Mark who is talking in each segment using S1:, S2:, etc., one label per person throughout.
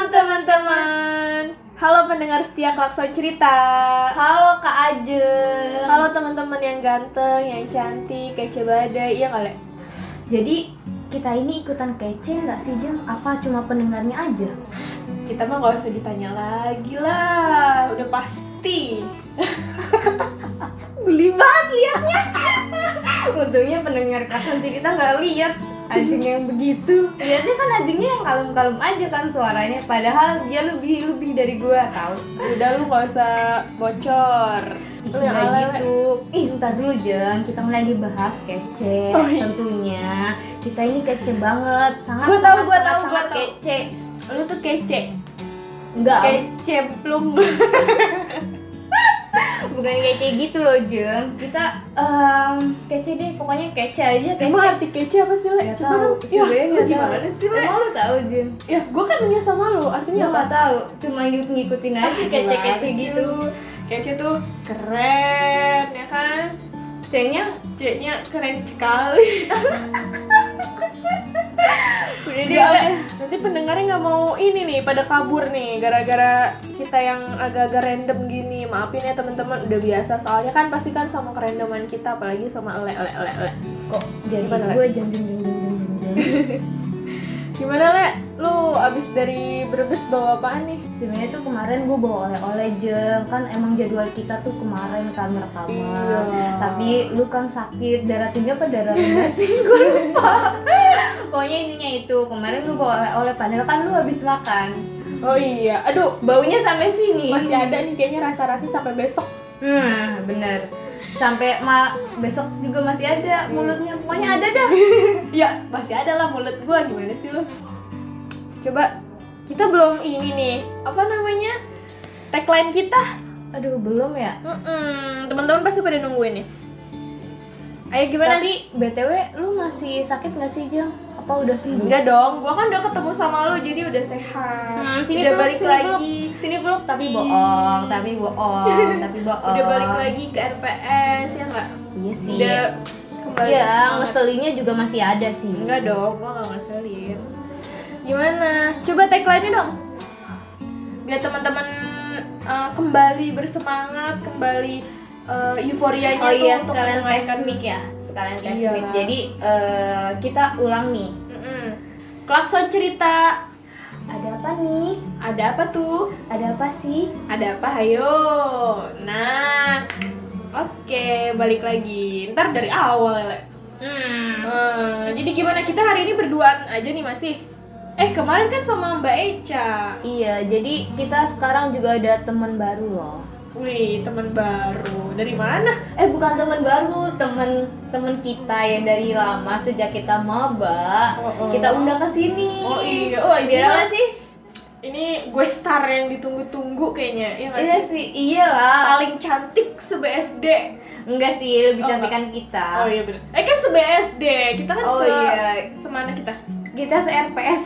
S1: Malam teman-teman. Halo pendengar setia Klakson Cerita.
S2: Halo Kak Ajeng.
S1: Halo teman-teman yang ganteng, yang cantik, kece badai, iya nggak Le?
S2: Jadi kita ini ikutan kece nggak sih Jeng? Apa cuma pendengarnya aja?
S1: Kita mah nggak usah ditanya lagi lah, udah pasti.
S2: Geli banget liatnya. Untungnya pendengar Klakson Cerita nggak lihat Ajeng yang begitu. Lihatnya kan Ajengnya yang kalem-kalem aja kan suaranya. Padahal dia lebih dari gua tahu.
S1: Udah lu nggak usah bocor. Lu yang
S2: Nggak
S1: ala, Le.
S2: gitu. Entar dulu Jeng, kita lagi bahas kece.
S1: Oh, iya.
S2: Tentunya kita ini kece banget, sangat
S1: Gua tahu.
S2: kece.
S1: Lu tuh kece.
S2: Enggak,
S1: Kece plum.
S2: bukan kece gitu loh Jeng. Kita kece deh, pokoknya kece aja. Kece.
S1: Emang arti kece apa sih Le?
S2: Nggak
S1: Coba
S2: tahu,
S1: dong.
S2: sebenarnya
S1: Lu
S2: nggak
S1: gimana
S2: tahu.
S1: sih Le?
S2: Emang lu tahu Jeng?
S1: Ya, gua kan nanya sama lu,
S2: Gua
S1: artinya apa?
S2: nggak tahu, cuma ngikutin aja kece-kece
S1: Gimana sih
S2: gitu.
S1: lu? Kece tuh keren, ya kan? C-nya keren sekali.
S2: Udah deh,
S1: Ya, Le,
S2: udah.
S1: nanti pendengarnya nggak mau ini nih, pada kabur nih, gara-gara kita yang agak-agak random gini. Maafin ya teman-teman, udah biasa soalnya kan pasti kan sama kerandoman kita, apalagi sama Le.
S2: Kok jadi
S1: Gimana, Le?
S2: gue jeng.
S1: Gimana Le? Lu abis dari Brebes bawa apaan nih?
S2: Sebenarnya tuh kemarin gue bawa oleh-oleh Jeng. Kan emang jadwal kita tuh kemarin kan rekaman.
S1: Iya.
S2: Tapi lu kan sakit, darah tinggi apa darah rendah sih? Gue lupa. Pokoknya intinya itu, kemarin lu bawa oleh-oleh padahal kan lu habis makan.
S1: Oh iya, aduh,
S2: Baunya sampai sini.
S1: masih ada nih kayaknya rasa-rasa sampai besok.
S2: Bener. Sampai besok juga masih ada mulutnya. Pokoknya ada dah.
S1: Ya, masih ada lah mulut gua, gimana sih lu? Coba, kita belum ini nih, apa namanya? Tagline kita.
S2: Aduh, belum ya?
S1: Teman-teman pasti pada nungguin nih. Ayo gimana?
S2: Tapi BTW lu masih sakit nggak sih Jeng? Apa udah sembuh?
S1: Enggak dong, gua kan udah ketemu sama lu jadi udah sehat.
S2: Sini
S1: udah
S2: peluk,
S1: balik
S2: sini
S1: lagi.
S2: peluk, sini peluk, tapi
S1: Ih.
S2: bohong, tapi bohong.
S1: Udah balik lagi ke RPS ya enggak?
S2: Iya sih.
S1: Udah kembali.
S2: Iya,
S1: semangat.
S2: ngeselinnya juga masih ada sih.
S1: Enggak dong, gua nggak ngeselin. Gimana? Coba tagline-nya dong. Biar teman-teman kembali bersemangat, kembali euforianya
S2: Oh iya,
S1: tuh untuk
S2: sekalian tes
S1: mendengarkan.
S2: mic ya, sekalian tes
S1: Iya.
S2: mic. Jadi kita ulang nih.
S1: Klakson Cerita.
S2: Ada apa nih?
S1: Ada apa tuh?
S2: Ada apa sih?
S1: Ada apa? Hayo. Nah, oke, balik lagi. Ntar dari awal, Le. Jadi gimana, kita hari ini berduaan aja nih masih? Kemarin kan sama Mbak Eca.
S2: Iya, jadi kita sekarang juga ada teman baru loh.
S1: Wih, teman baru. Dari mana?
S2: Bukan teman baru, teman kita yang dari lama sejak kita maba.
S1: Oh.
S2: Kita undang ke sini.
S1: Oh iya. Oh, ini
S2: Biar apa
S1: mah-
S2: sih?
S1: Ini gue star yang ditunggu-tunggu kayaknya. Ya nggak
S2: Iya
S1: sih?
S2: sih, iyalah.
S1: Paling cantik se-BSD.
S2: Enggak sih, lebih
S1: Oh,
S2: cantikan kita.
S1: Oh iya benar. Kan se-BSD. Kita kan
S2: Oh iya.
S1: semana kita?
S2: Kita se-RPS.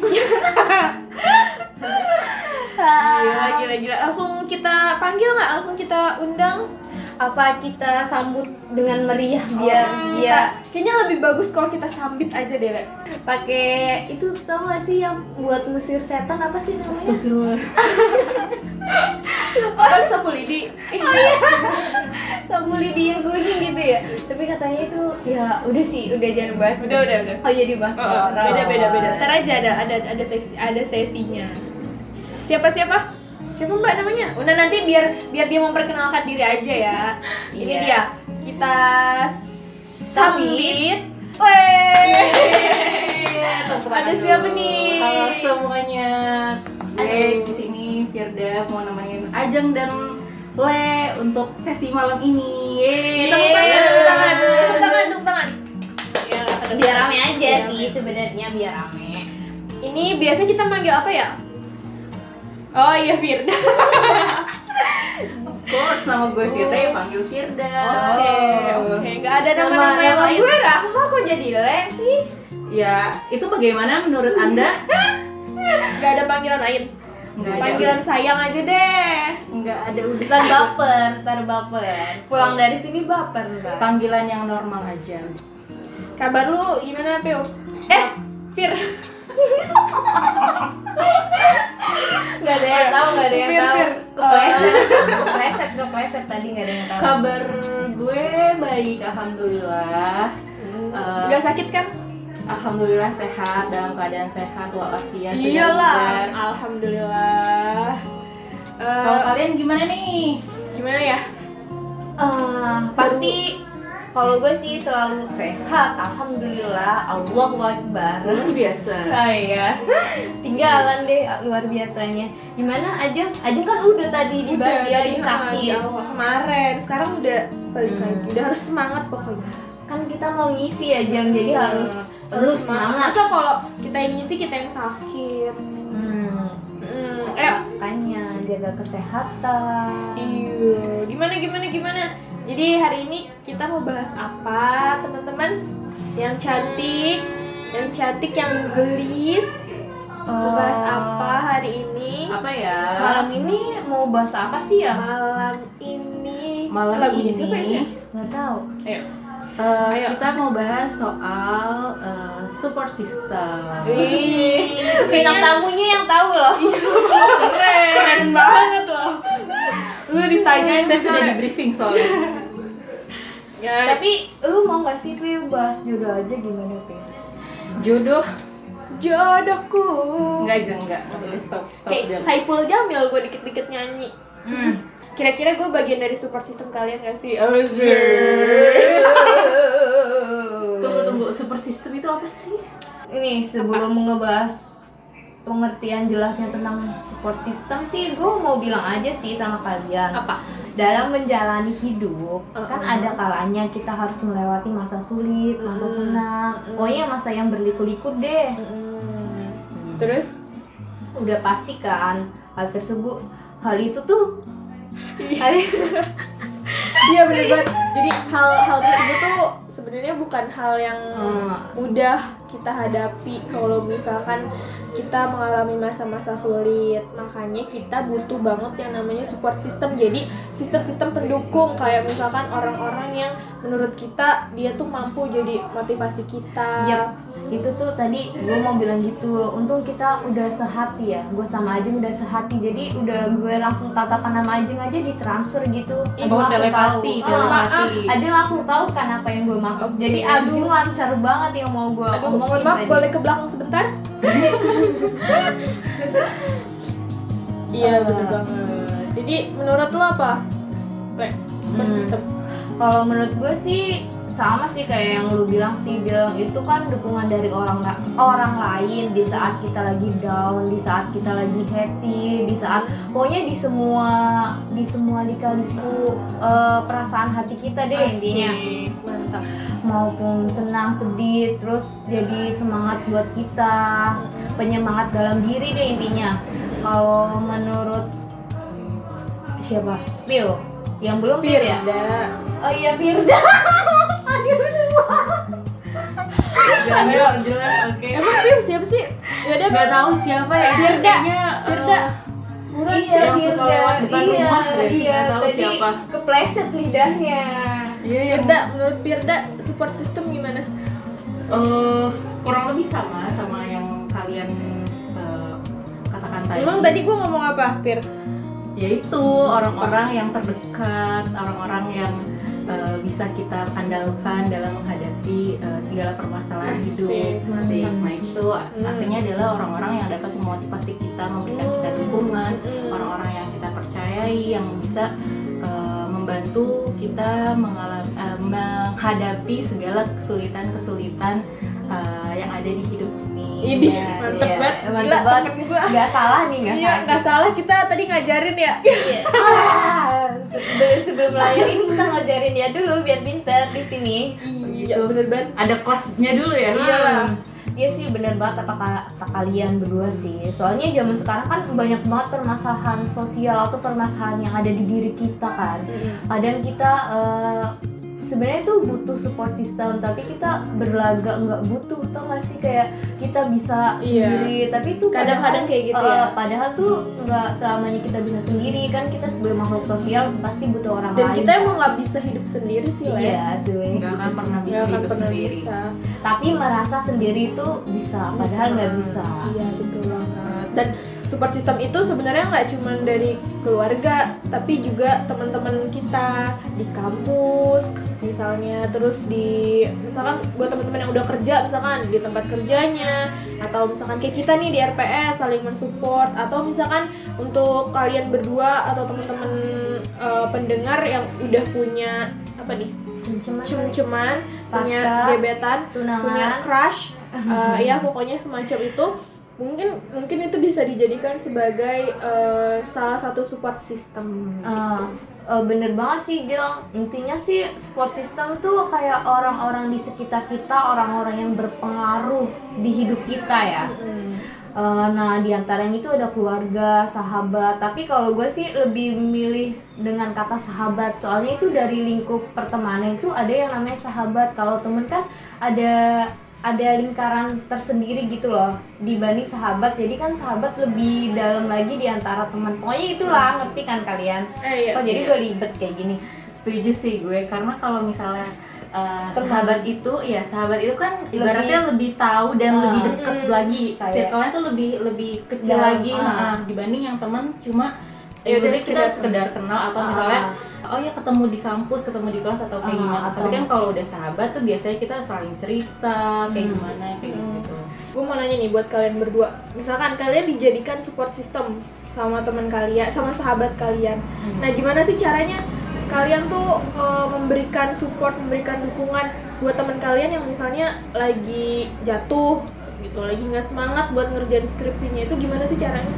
S1: Gila. Langsung kita panggil nggak? Langsung kita undang?
S2: Apa kita sambut dengan meriah biar dia
S1: Kayaknya lebih bagus kalau kita sambit aja deh, Le.
S2: pakai itu, tau gak sih yang buat ngusir setan, apa sih namanya?
S1: Astagfirullah. Apa sapu lidi?
S2: Sapu lidi yang kuning gitu ya. Tapi katanya itu ya udah sih, udah jangan bahas.
S1: Udah.
S2: Oh jadi bahas horor.
S1: Beda. Ntar aja ada sesinya. Siapa? Siapa Mbak namanya? Udah nanti biar dia memperkenalkan diri aja ya. Ini
S2: Iya.
S1: dia. Kita sambit. Ada siapa nih?
S3: Halo semuanya. Gue di sini Firda mau nemenin Ajeng dan Le untuk sesi malam ini. Yeay.
S1: Tepuk tangan. Ya,
S2: Biar rame aja
S1: Biar
S2: sih
S1: rame.
S2: sebenarnya, biar rame.
S1: Ini biasanya kita manggil apa ya? Oh iya, Firda.
S3: Of course, nama gue Firda ya panggil Firda.
S1: Oke. Nggak ada nama-nama yang lain.
S2: gue Rahma, kok jadi Le sih?
S3: Ya, itu bagaimana menurut Anda?
S1: Nggak ada panggilan lain.
S3: Nggak ada.
S1: Panggilan sayang aja deh.
S3: Nggak ada udah.
S2: Terbaper. Pulang dari sini baper, Mbak.
S3: Panggilan yang normal aja.
S1: Kabar lu gimana, Pio? Fir.
S2: Nggak ada yang tahu, nggak ada yang
S1: Fir,
S2: tahu.
S1: Fir.
S2: Kepleset tadi nggak ada yang tahu.
S3: Kabar gue baik, alhamdulillah.
S1: Nggak sakit kan?
S3: Alhamdulillah sehat, dalam keadaan sehat walafiat. segar
S1: Iyalah,
S3: bugar.
S1: alhamdulillah.
S3: Kalau kalian gimana nih?
S1: Gimana ya?
S2: Pasti kalau gue sih selalu sehat, alhamdulillah, Allahu Akbar.
S3: Luar biasa.
S2: Iya, tinggalan deh luar biasanya. Gimana Ajeng? Ajeng kan udah tadi dibahas dia lagi sakit.
S1: di awal kemarin, sekarang udah balik lagi. Udah harus semangat pokoknya.
S2: Kan kita mau ngisi Ajeng, jadi harus terus semangat.
S1: Masa kalau kita yang ngisi kita yang sakit.
S2: Makanya jaga kesehatan.
S1: Iya. Gimana? Jadi hari ini kita mau bahas apa, teman-teman? Yang cantik, yang gelis. Mau bahas apa hari ini?
S3: Apa ya?
S2: Malam ini mau bahas apa sih ya?
S3: Malam
S1: Lagunya
S3: ini
S1: siapa itu ya?
S2: Nggak tahu.
S1: Ayo.
S3: Kita mau bahas soal support system.
S1: Wih,
S2: Bintang tamunya yang tahu loh.
S1: keren banget loh. Lu ditanyain
S3: Saya sudah
S1: misalnya.
S3: di briefing soalnya.
S1: Ya,
S2: Tapi lu mau nggak sih Pi bahas jodoh aja gimana Pi?
S3: Jodoh?
S1: jodohku.
S3: Enggak boleh stop
S1: Kayak
S3: jam.
S1: Saipul Jamil gue dikit-dikit nyanyi. Kira-kira gue bagian dari support system kalian gak sih?
S3: Tunggu, support system itu apa sih?
S2: Ini sebelum ngebahas pengertian jelasnya tentang support system sih, gue mau bilang aja sih sama kalian.
S1: Apa?
S2: Dalam menjalani hidup, kan ada kalanya kita harus melewati masa sulit, masa senang, pokoknya masa yang berliku-liku deh.
S1: Terus?
S2: Udah pasti kan hal tersebut, hal itu tuh
S1: Iya bener banget. Jadi hal tersebut tuh sebenarnya bukan hal yang mudah kita hadapi kalau misalkan kita mengalami masa-masa sulit. Makanya kita butuh banget yang namanya support system. Jadi sistem-sistem pendukung, kayak misalkan orang-orang yang menurut kita dia tuh mampu jadi motivasi kita.
S2: Yap, itu tuh tadi gue mau bilang gitu. Untung kita udah sehati ya, gue sama Ajeng udah sehati. Jadi udah gue langsung tatapan nama Ajeng aja ditransfer gitu. Ajeng
S3: Oh,
S2: langsung
S3: telepati.
S2: Ajeng langsung tahu kan apa yang gue maksud. Jadi Ajeng lancar banget yang mau gue
S1: Aduh,
S2: omongin
S1: mohon maaf,
S2: tadi.
S1: boleh ke belakang sebentar? Iya bener banget. Jadi menurut lo apa? Support system.
S2: Kalau menurut gue sih sama sih kayak yang lu bilang sih, Jeng. Itu kan dukungan dari orang lain di saat kita lagi down, di saat kita lagi happy, di saat pokoknya di semua lika-liku perasaan hati kita deh intinya.
S1: Mantap.
S2: Maupun senang, sedih, terus jadi semangat buat kita, penyemangat dalam diri deh intinya. Kalau menurut siapa? Pio. Yang belum Pio ya?
S1: Firda.
S2: Oh iya Firda.
S3: Jangan jelas, oke.
S1: Emang Pio siapa sih? Yaudah,
S3: Nggak tahu siapa ya.
S1: Firda.
S3: Kayaknya,
S1: Firda.
S2: Iya
S3: yang suka lewat depan rumah deh.
S2: iya.
S3: Nggak tahu
S2: Tadi
S3: siapa.
S2: kepleset lidahnya.
S3: Iya.
S1: Firda, menurut Firda support system gimana?
S3: Kurang lebih sama yang kalian katakan tadi.
S1: Emang tadi gue ngomong apa, Fir?
S3: Yaitu orang-orang yang terdekat, orang-orang yang bisa kita andalkan dalam menghadapi segala permasalahan hidup. Asik. Nah itu artinya adalah orang-orang yang dapat memotivasi kita, memberikan kita dukungan, orang-orang yang kita percayai, yang bisa membantu kita menghadapi segala kesulitan-kesulitan yang ada di hidup ini.
S1: Ini
S2: Iya,
S1: mantep
S2: iya.
S1: banget.
S2: Mantep
S1: Gila,
S2: banget.
S1: temen gue.
S2: Nggak salah nih, nggak
S1: Iya,
S2: salah.
S1: nggak salah kita tadi ngajarin ya.
S2: Iya. Sebelum layar ini kita ngajarin dia dulu biar pinter di sini.
S1: Iya, bener banget.
S3: Ada kelasnya dulu ya.
S1: Iyalah.
S2: Iya sih bener banget kata kalian berdua sih. Soalnya zaman sekarang kan banyak banget permasalahan sosial atau permasalahan yang ada di diri kita kan. Kadang kita sebenarnya tuh butuh support system, tapi kita berlagak nggak butuh, tau nggak sih, kayak kita bisa sendiri, tapi itu
S1: Kadang-kadang kayak gitu ya.
S2: Padahal tuh nggak selamanya kita bisa sendiri kan, kita sebagai makhluk sosial pasti butuh orang
S1: Dan
S2: lain.
S1: kita emang nggak bisa hidup sendiri sih, Le.
S2: Iya sebenarnya.
S3: Nggak akan pernah bisa
S1: Nggak akan
S3: hidup
S1: pernah
S3: sendiri.
S1: bisa.
S2: Tapi merasa sendiri itu bisa, padahal nggak bisa.
S1: Iya betul banget. Dan support system itu sebenarnya nggak cuma dari keluarga, tapi juga teman-teman kita di kampus misalnya, terus misalkan buat teman-teman yang udah kerja misalkan di tempat kerjanya, atau misalkan kayak kita nih di RPS saling mensupport, atau misalkan untuk kalian berdua atau teman-teman pendengar yang udah punya apa nih, cem-ceman, punya gebetan,
S2: tunangan,
S1: punya crush, ya pokoknya semacam itu. Mungkin itu bisa dijadikan sebagai salah satu support system.
S2: Bener banget sih Jeng, intinya sih support system tuh kayak orang-orang di sekitar kita, orang-orang yang berpengaruh di hidup kita ya. Nah diantaranya itu ada keluarga, sahabat, tapi kalau gue sih lebih milih dengan kata sahabat, soalnya itu dari lingkup pertemanan itu ada yang namanya sahabat. Kalau temen kan ada lingkaran tersendiri gitu loh dibanding sahabat, jadi kan sahabat lebih dalam lagi di antara teman. Pokoknya itulah, ngerti kan kalian?
S1: Iya,
S2: jadi gue ribet kayak gini.
S3: Setuju sih gue, karena kalau misalnya sahabat itu kan ibaratnya lebih tahu dan lebih deket lagi, circle-nya tuh lebih kecil lagi dibanding yang teman cuma udah kita sekedar kenal, atau misalnya oh ya ketemu di kampus, ketemu di kelas atau kayak gimana. Tapi kan kalau udah sahabat tuh biasanya kita saling cerita kayak gimana kayak gitu.
S1: Gue mau nanya nih buat kalian berdua, misalkan kalian dijadikan support system sama teman kalian, sama sahabat kalian. Nah gimana sih caranya kalian tuh memberikan support, memberikan dukungan buat teman kalian yang misalnya lagi jatuh gitu, lagi nggak semangat buat ngerjain skripsinya, itu gimana sih caranya?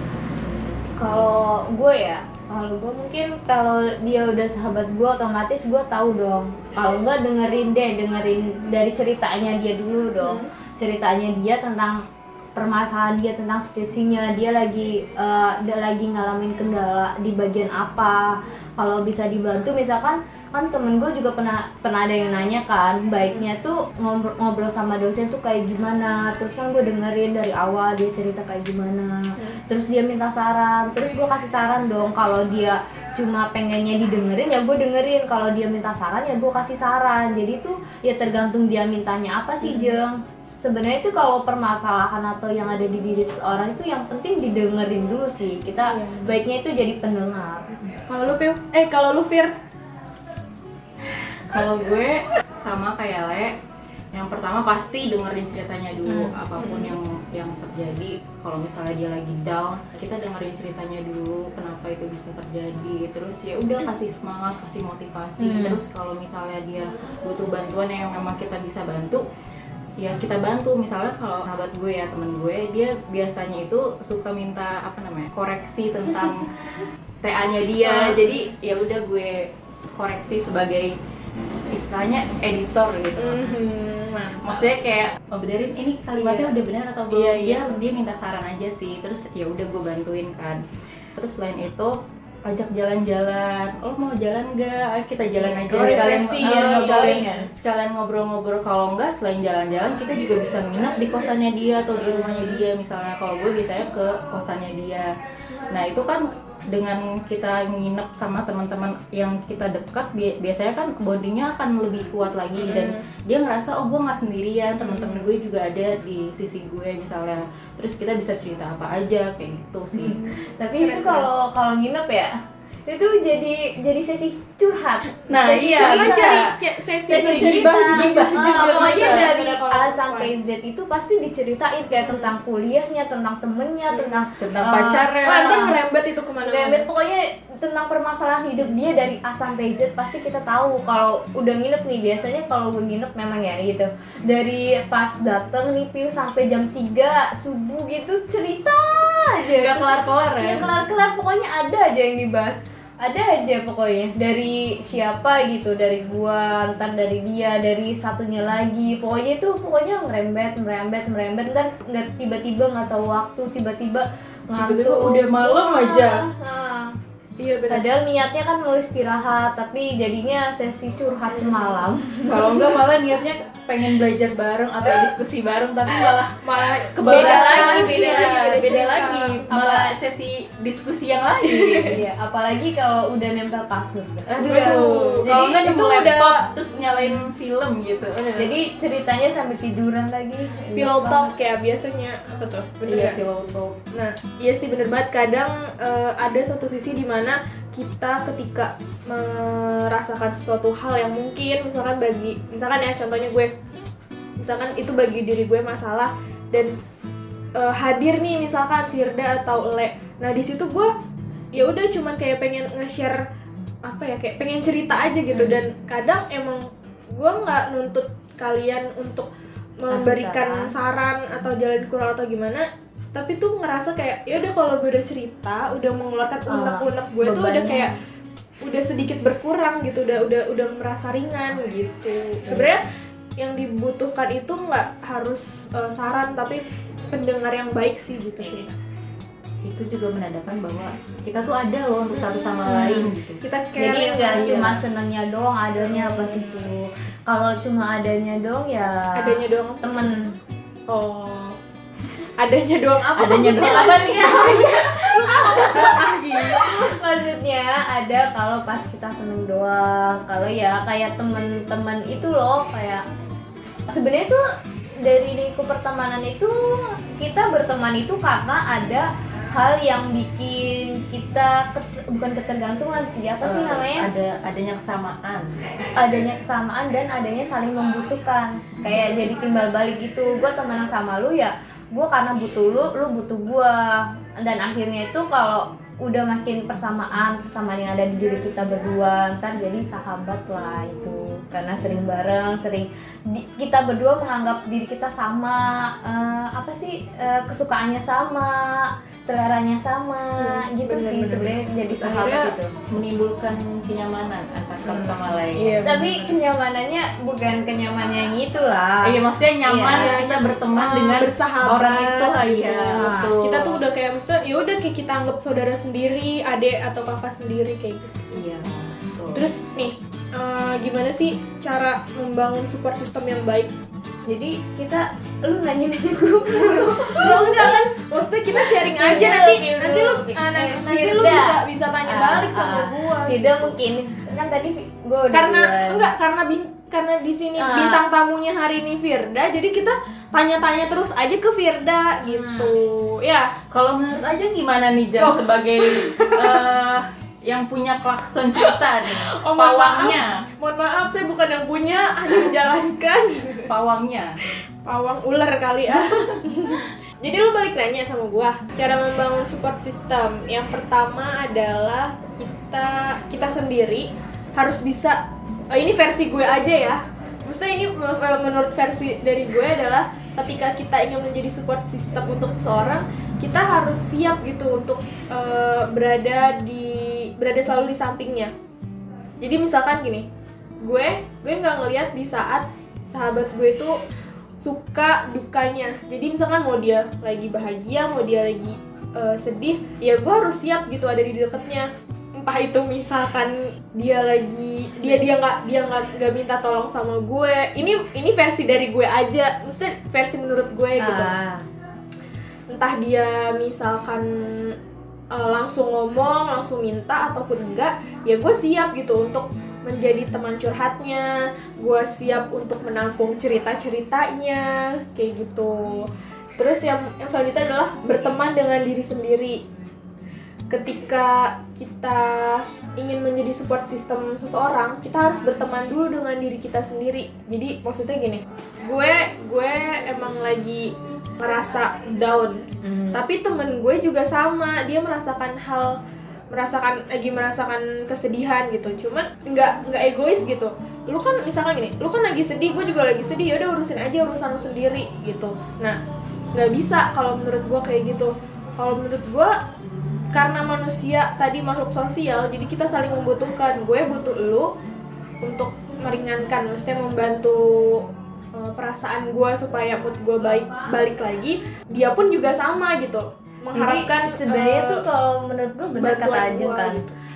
S2: Kalau gue ya, kalau gue mungkin kalau dia udah sahabat gue otomatis gue tahu dong. Kalau enggak dengerin dari ceritanya dia dulu dong. Ceritanya dia tentang permasalahan dia, tentang skripsinya, dia lagi ngalamin kendala di bagian apa. Kalau bisa dibantu, misalkan kan temen gue juga pernah ada yang nanya kan, baiknya tuh ngobrol sama dosen tuh kayak gimana. Terus kan gue dengerin dari awal dia cerita kayak gimana, terus dia minta saran, terus gue kasih saran dong. Kalau dia cuma pengennya didengerin ya gue dengerin, kalau dia minta saran ya gue kasih saran. Jadi tuh ya tergantung dia mintanya apa sih Jeng. Sebenarnya itu kalau permasalahan atau yang ada di diri seseorang itu yang penting didengerin dulu sih. Kita baiknya itu jadi pendengar.
S1: Kalau lu kalau lu Fir?
S3: Kalau gue sama kayak Le, yang pertama pasti dengerin ceritanya dulu, apapun yang terjadi. Kalau misalnya dia lagi down, kita dengerin ceritanya dulu kenapa itu bisa terjadi. Terus ya udah kasih semangat, kasih motivasi. Terus kalau misalnya dia butuh bantuan yang memang kita bisa bantu, ya kita bantu. Misalnya kalau sahabat gue ya, temen gue, dia biasanya itu suka minta koreksi tentang TA-nya dia. Jadi ya udah gue koreksi sebagai istilahnya editor gitu. Maksudnya kayak benerin ini kalimatnya udah benar atau belum. Dia minta saran aja sih. Terus ya udah gue bantuin kan. Terus selain itu ajak jalan-jalan. Oh mau jalan nggak? Ayo kita jalan aja. Sekalian ngobrol-ngobrol. Kalau nggak, selain jalan-jalan kita juga bisa nginep di kosannya dia atau di rumahnya dia. Misalnya kalau gue biasanya ke kosannya dia. Nah itu kan dengan kita nginep sama teman-teman yang kita dekat, biasanya kan bondingnya akan lebih kuat lagi. Dan dia ngerasa oh gue nggak sendirian, teman-teman gue juga ada di sisi gue misalnya. Terus kita bisa cerita apa aja kayak gitu sih.
S2: Tapi itu kalau nginep ya, itu jadi sesi curhat.
S3: Nah iya,
S1: sesi
S3: gibah juga.
S2: Pokoknya dari A sampai Z itu pasti diceritain kayak tentang kuliahnya, tentang temennya, tentang
S3: pacarnya.
S1: Ntar ngerembet itu kemana-mana.
S2: Pokoknya tentang permasalahan hidup dia dari A sampai Z pasti kita tahu. Kalau udah nginep nih, biasanya kalau gue nginep memang ya gitu, dari pas dateng nih Piu sampai jam 3 subuh gitu cerita aja.
S3: Gak kelar-kelar ya?
S2: Gak kelar-kelar, pokoknya ada aja yang dibahas. Ada aja pokoknya, dari siapa gitu, dari gua, entar dari dia, dari satunya lagi. Pokoknya ngerembet, ntar nggak tiba-tiba nggak tahu waktu, tiba-tiba ngantuk.
S3: Udah malam aja.
S1: Iya benar.
S2: Padahal niatnya kan mau istirahat, tapi jadinya sesi curhat semalam.
S3: Kalau enggak malah niatnya pengen belajar bareng atau diskusi bareng, tapi malah
S1: beda lagi,
S3: beda lagi, malah sesi diskusi yang lain.
S2: Iya, apalagi kalau udah nempel kasur.
S3: Aduh,
S2: Jadi
S3: kalau nggak
S1: itu
S3: nemu
S1: udah-
S3: laptop terus nyalain film gitu.
S2: Jadi ceritanya sampai tiduran lagi.
S1: pillow talk ya biasanya, apa tuh? Bener
S3: Iya,
S1: nggak?
S3: pillow talk.
S1: Nah, iya sih bener banget. Kadang ada satu sisi di mana kita ketika merasakan sesuatu hal yang mungkin misalkan ya contohnya gue, misalkan itu bagi diri gue masalah dan hadir nih misalkan Firda atau Le. Nah di situ gue ya udah cuman kayak pengen nge-share apa ya, kayak pengen cerita aja gitu. Dan kadang emang gue nggak nuntut kalian untuk memberikan saran atau jalan keluar atau gimana, tapi tuh ngerasa kayak ya udah kalau gue udah cerita, udah mengeluarkan unek-unek gue tuh udah kayak udah sedikit berkurang gitu, udah merasa ringan gitu. Sebenarnya yang dibutuhkan itu nggak harus saran, tapi pendengar yang baik sih gitu sih.
S3: Itu juga menandakan bahwa kita tuh ada loh untuk satu sama lain gitu.
S1: Kita
S2: Jadi
S1: care
S2: nggak
S1: yang
S2: cuma senangnya doang, adanya apa sih tuh? Kalau cuma adanya doang ya
S1: adanya doang.
S2: temen.
S1: Oh, adanya doang apa?
S3: Adanya doang apa nih?
S2: Maksudnya ada kalau pas kita seneng doang. Kalau ya kayak temen-temen itu loh, kayak sebenarnya tuh dari lingkup pertemanan itu kita berteman itu karena ada hal yang bikin kita bukan ketergantungan sih, apa sih namanya?
S3: Adanya kesamaan.
S2: Adanya kesamaan dan adanya saling membutuhkan, kayak jadi timbal balik gitu. Gue temenan sama lu ya, gue karena butuh lu butuh gue, dan akhirnya itu kalau udah makin persamaan yang ada di diri kita berdua, ntar jadi sahabat lah itu, karena sering bareng, kita berdua menganggap diri kita sama, kesukaannya sama, seleranya sama, gitu sih sebenarnya jadi sahabat itu.
S3: Menimbulkan kenyamanan antar satu sama lain.
S1: Iya.
S2: Tapi kenyamanannya bukan kenyaman yang itu lah.
S3: Iya, maksudnya nyaman
S2: Iya.
S3: kita berteman dengan
S1: bersahabat
S3: orang itu, iya.
S1: gitu.
S3: Betul.
S1: Kita tuh udah kayak maksudnya ya udah kayak kita anggap saudara sendiri, adik atau kakak sendiri kayak gitu.
S3: Iya. Betul.
S1: Terus nih, gimana sih cara membangun support system yang baik?
S2: Jadi lu nanya gue
S1: Lo enggak kan? Maksudnya kita sharing aja nanti lu bisa tanya balik sama gua.
S2: Firda mungkin kan tadi gue udah
S1: Karena di sini bintang tamunya hari ini Firda, jadi kita tanya-tanya terus aja ke Firda gitu. Ya,
S3: Kalau menurut aja gimana nih Jan sebagai yang punya klakson cerita nih, pawangnya,
S1: mohon maaf saya bukan yang punya, hanya menjalankan.
S3: pawangnya.
S1: Pawang ular kali ah. Jadi lu balik nanya sama gua, cara membangun support system. Yang pertama adalah kita sendiri harus bisa, ini versi gue aja ya. Maksudnya ini menurut versi dari gue adalah ketika kita ingin menjadi support system untuk seseorang, kita harus siap gitu untuk berada selalu di sampingnya. Jadi misalkan gini, gue nggak ngelihat di saat sahabat gue itu suka dukanya. Jadi misalkan mau dia lagi bahagia, mau dia lagi sedih, ya gue harus siap gitu ada di dekatnya. Entah itu misalkan dia nggak minta tolong sama gue. Ini versi dari gue aja, maksudnya versi menurut gue gitu. Entah dia misalkan langsung ngomong, langsung minta ataupun enggak, ya gue siap gitu untuk menjadi teman curhatnya, gue siap untuk menampung cerita-ceritanya, kayak gitu. Terus yang selanjutnya adalah berteman dengan diri sendiri. Ketika kita ingin menjadi support system seseorang, kita harus berteman dulu dengan diri kita sendiri. Jadi maksudnya gini, gue emang lagi merasa down, tapi temen gue juga sama, dia merasakan kesedihan gitu, cuman nggak egois gitu. Lu kan misalkan gini, lu kan lagi sedih, gue juga lagi sedih, yaudah urusin aja urusan lu sendiri gitu. Nah, nggak bisa kalau menurut gue kayak gitu. Kalau menurut gue, karena manusia tadi makhluk sosial, jadi kita saling membutuhkan. Gue butuh lu untuk meringankan, maksudnya membantu perasaan gue supaya mood gue balik lagi. Dia pun juga sama gitu, mengharapkan
S2: sebenarnya tuh kalau menurut gue benar kata Ajeng kan,
S1: gitu.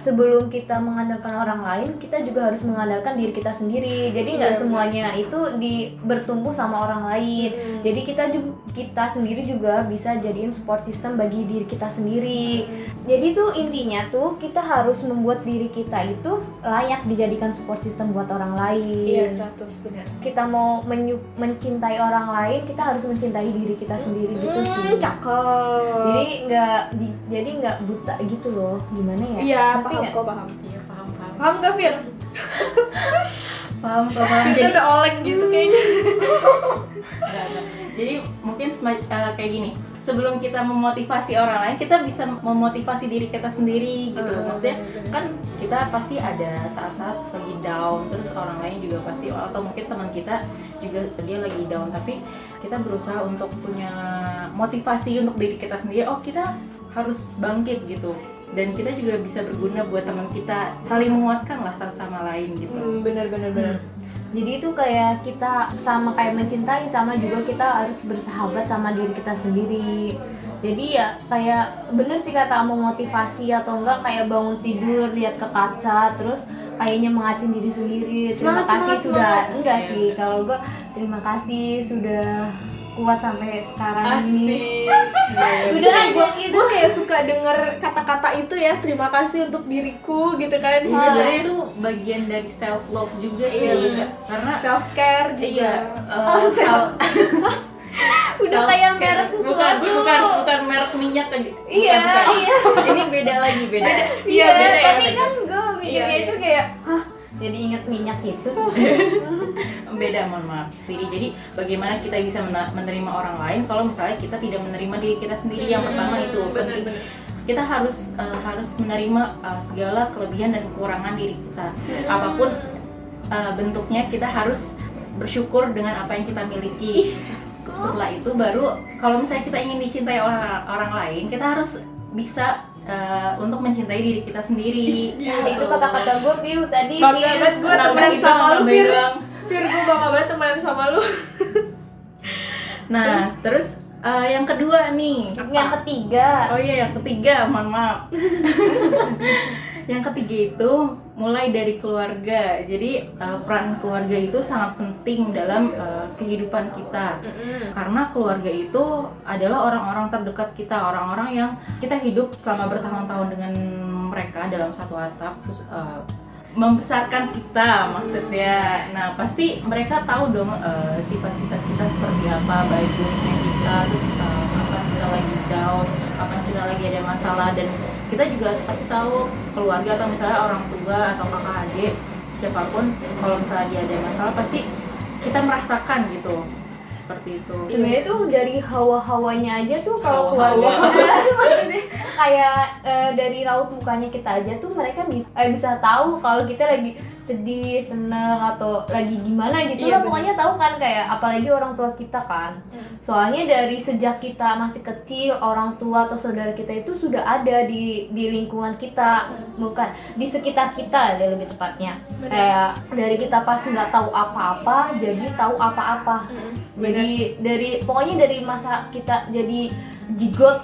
S2: sebelum kita mengandalkan orang lain, kita juga harus mengandalkan diri kita sendiri. Jadi nggak semuanya itu bertumbuh sama orang lain. Jadi kita sendiri juga bisa jadiin support system bagi diri kita sendiri. Jadi tuh intinya tuh kita harus membuat diri kita itu layak dijadikan support system buat orang lain.
S1: Iya, 100 benar.
S2: Kita mau mencintai orang lain, kita harus mencintai diri kita sendiri gitu sih.
S1: Cakep.
S2: Jadi nggak buta gitu loh. Gimana ya?
S1: Iya,
S2: Ngerti
S1: paham
S2: nggak?
S1: kok, paham.
S3: Iya, paham.
S1: Paham gak, Fir?
S3: Paham.
S1: Kita udah oleng gitu kayaknya.
S3: Enggak. Jadi mungkin kayak gini. Sebelum kita memotivasi orang lain, kita bisa memotivasi diri kita sendiri gitu. Maksudnya kan kita pasti ada saat-saat lagi down, terus orang lain juga pasti, atau mungkin teman kita juga dia lagi down, tapi kita berusaha untuk punya motivasi untuk diri kita sendiri. Oh, kita harus bangkit gitu. Dan kita juga bisa berguna buat teman kita, saling menguatkan lah satu sama lain gitu.
S1: Benar.
S2: Jadi itu kayak kita sama kayak mencintai, sama juga kita harus bersahabat sama diri kita sendiri. Jadi ya kayak bener sih kata mau motivasi atau enggak, kayak bangun tidur lihat ke kaca terus kayak nyemangatin diri sendiri. Terima kasih sudah enggak sih kalau gue terima kasih sudah kuat sampai sekarang ini.
S1: Udah aja gue kayak suka denger kata-kata itu ya, terima kasih untuk diriku gitu kan.
S3: Sebenarnya itu bagian dari self love juga sih, karena
S1: self care juga.
S2: Udah kayak merek sesuatu.
S3: Bukan merek minyak aja.
S2: Iya.
S3: Ini beda lagi.
S2: Iya,
S1: beda ya,
S2: tapi
S1: beda.
S2: kan gue mikirnya itu kayak jadi inget minyak itu.
S3: Beda, mohon maaf. Jadi bagaimana kita bisa menerima orang lain kalau misalnya kita tidak menerima diri kita sendiri. Yang pertama itu penting. Kita harus menerima segala kelebihan dan kekurangan diri kita. Apapun bentuknya, kita harus bersyukur dengan apa yang kita miliki. Setelah itu baru kalau misalnya kita ingin dicintai orang lain, kita harus bisa untuk mencintai diri kita sendiri.
S2: Itu kata-kata gue Piu tadi.
S1: Bangga banget gue temenan sama lu, Fir. Fir, gue bangga banget temenan sama lu.
S3: Nah, terus yang kedua nih.
S2: Yang ketiga.
S3: Oh iya, yang ketiga, mohon maaf. Yang ketiga itu mulai dari keluarga. Jadi peran keluarga itu sangat penting dalam kehidupan kita. Karena keluarga itu adalah orang-orang terdekat kita, orang-orang yang kita hidup selama bertahun-tahun dengan mereka dalam satu atap, terus membesarkan kita maksudnya. Nah, pasti mereka tahu dong sifat-sifat kita seperti apa, baik buruknya kita, terus kapan kita lagi down, kapan kita lagi ada masalah, dan kita juga pasti tahu keluarga atau misalnya orang tua atau kakak adik siapapun, kalau misalnya dia ada masalah pasti kita merasakan gitu, seperti itu.
S2: Sebenarnya tuh dari hawa-hawanya aja tuh kalau keluarga maksudnya kayak dari raut mukanya kita aja tuh mereka bisa tahu kalau kita lagi sedih, seneng atau lagi gimana gitu lah. Pokoknya tahu kan, kayak apalagi orang tua kita kan. Soalnya dari sejak kita masih kecil, orang tua atau saudara kita itu sudah ada di lingkungan kita, bukan di sekitar kita ya lebih tepatnya. Kayak dari kita pas nggak tahu apa-apa jadi tahu apa-apa. Jadi pokoknya dari masa kita jadi jigot,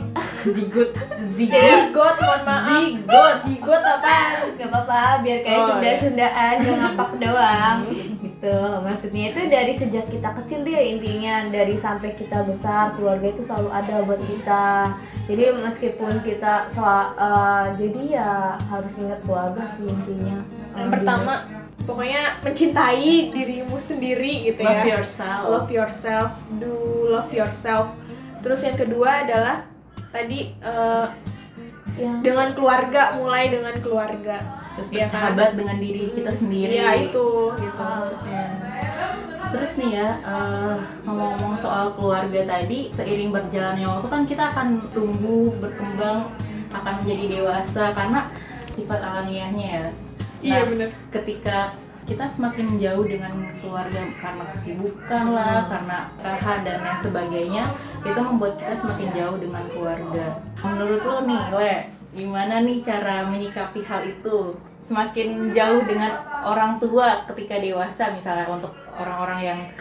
S1: Mohon maaf. Jigot apaan?
S2: Gak apa-apa, biar kayak Sunda-Sundaan, gak ngapak doang gitu. Maksudnya itu dari sejak kita kecil dia, intinya dari sampai kita besar, keluarga itu selalu ada buat kita. Jadi meskipun kita jadi ya harus ingat keluarga sih intinya.
S1: Yang pertama, pokoknya mencintai dirimu sendiri gitu ya. Love yourself, love yourself. Terus yang kedua adalah tadi dengan keluarga, mulai dengan keluarga.
S3: Terus bersahabat dengan diri kita sendiri.
S1: Ya itu gitu.
S3: Terus nih ya, ngomong-ngomong soal keluarga tadi, seiring berjalannya waktu kan kita akan tumbuh, berkembang, akan menjadi dewasa karena sifat alamiahnya ya.
S1: Iya benar.
S3: Ketika kita semakin jauh dengan keluarga karena kesibukan lah, karena KH dan lain sebagainya, itu membuat kita semakin jauh dengan keluarga. Menurut lo nih, Le, gimana nih cara menyikapi hal itu? Semakin jauh dengan orang tua ketika dewasa, misalnya untuk orang-orang yang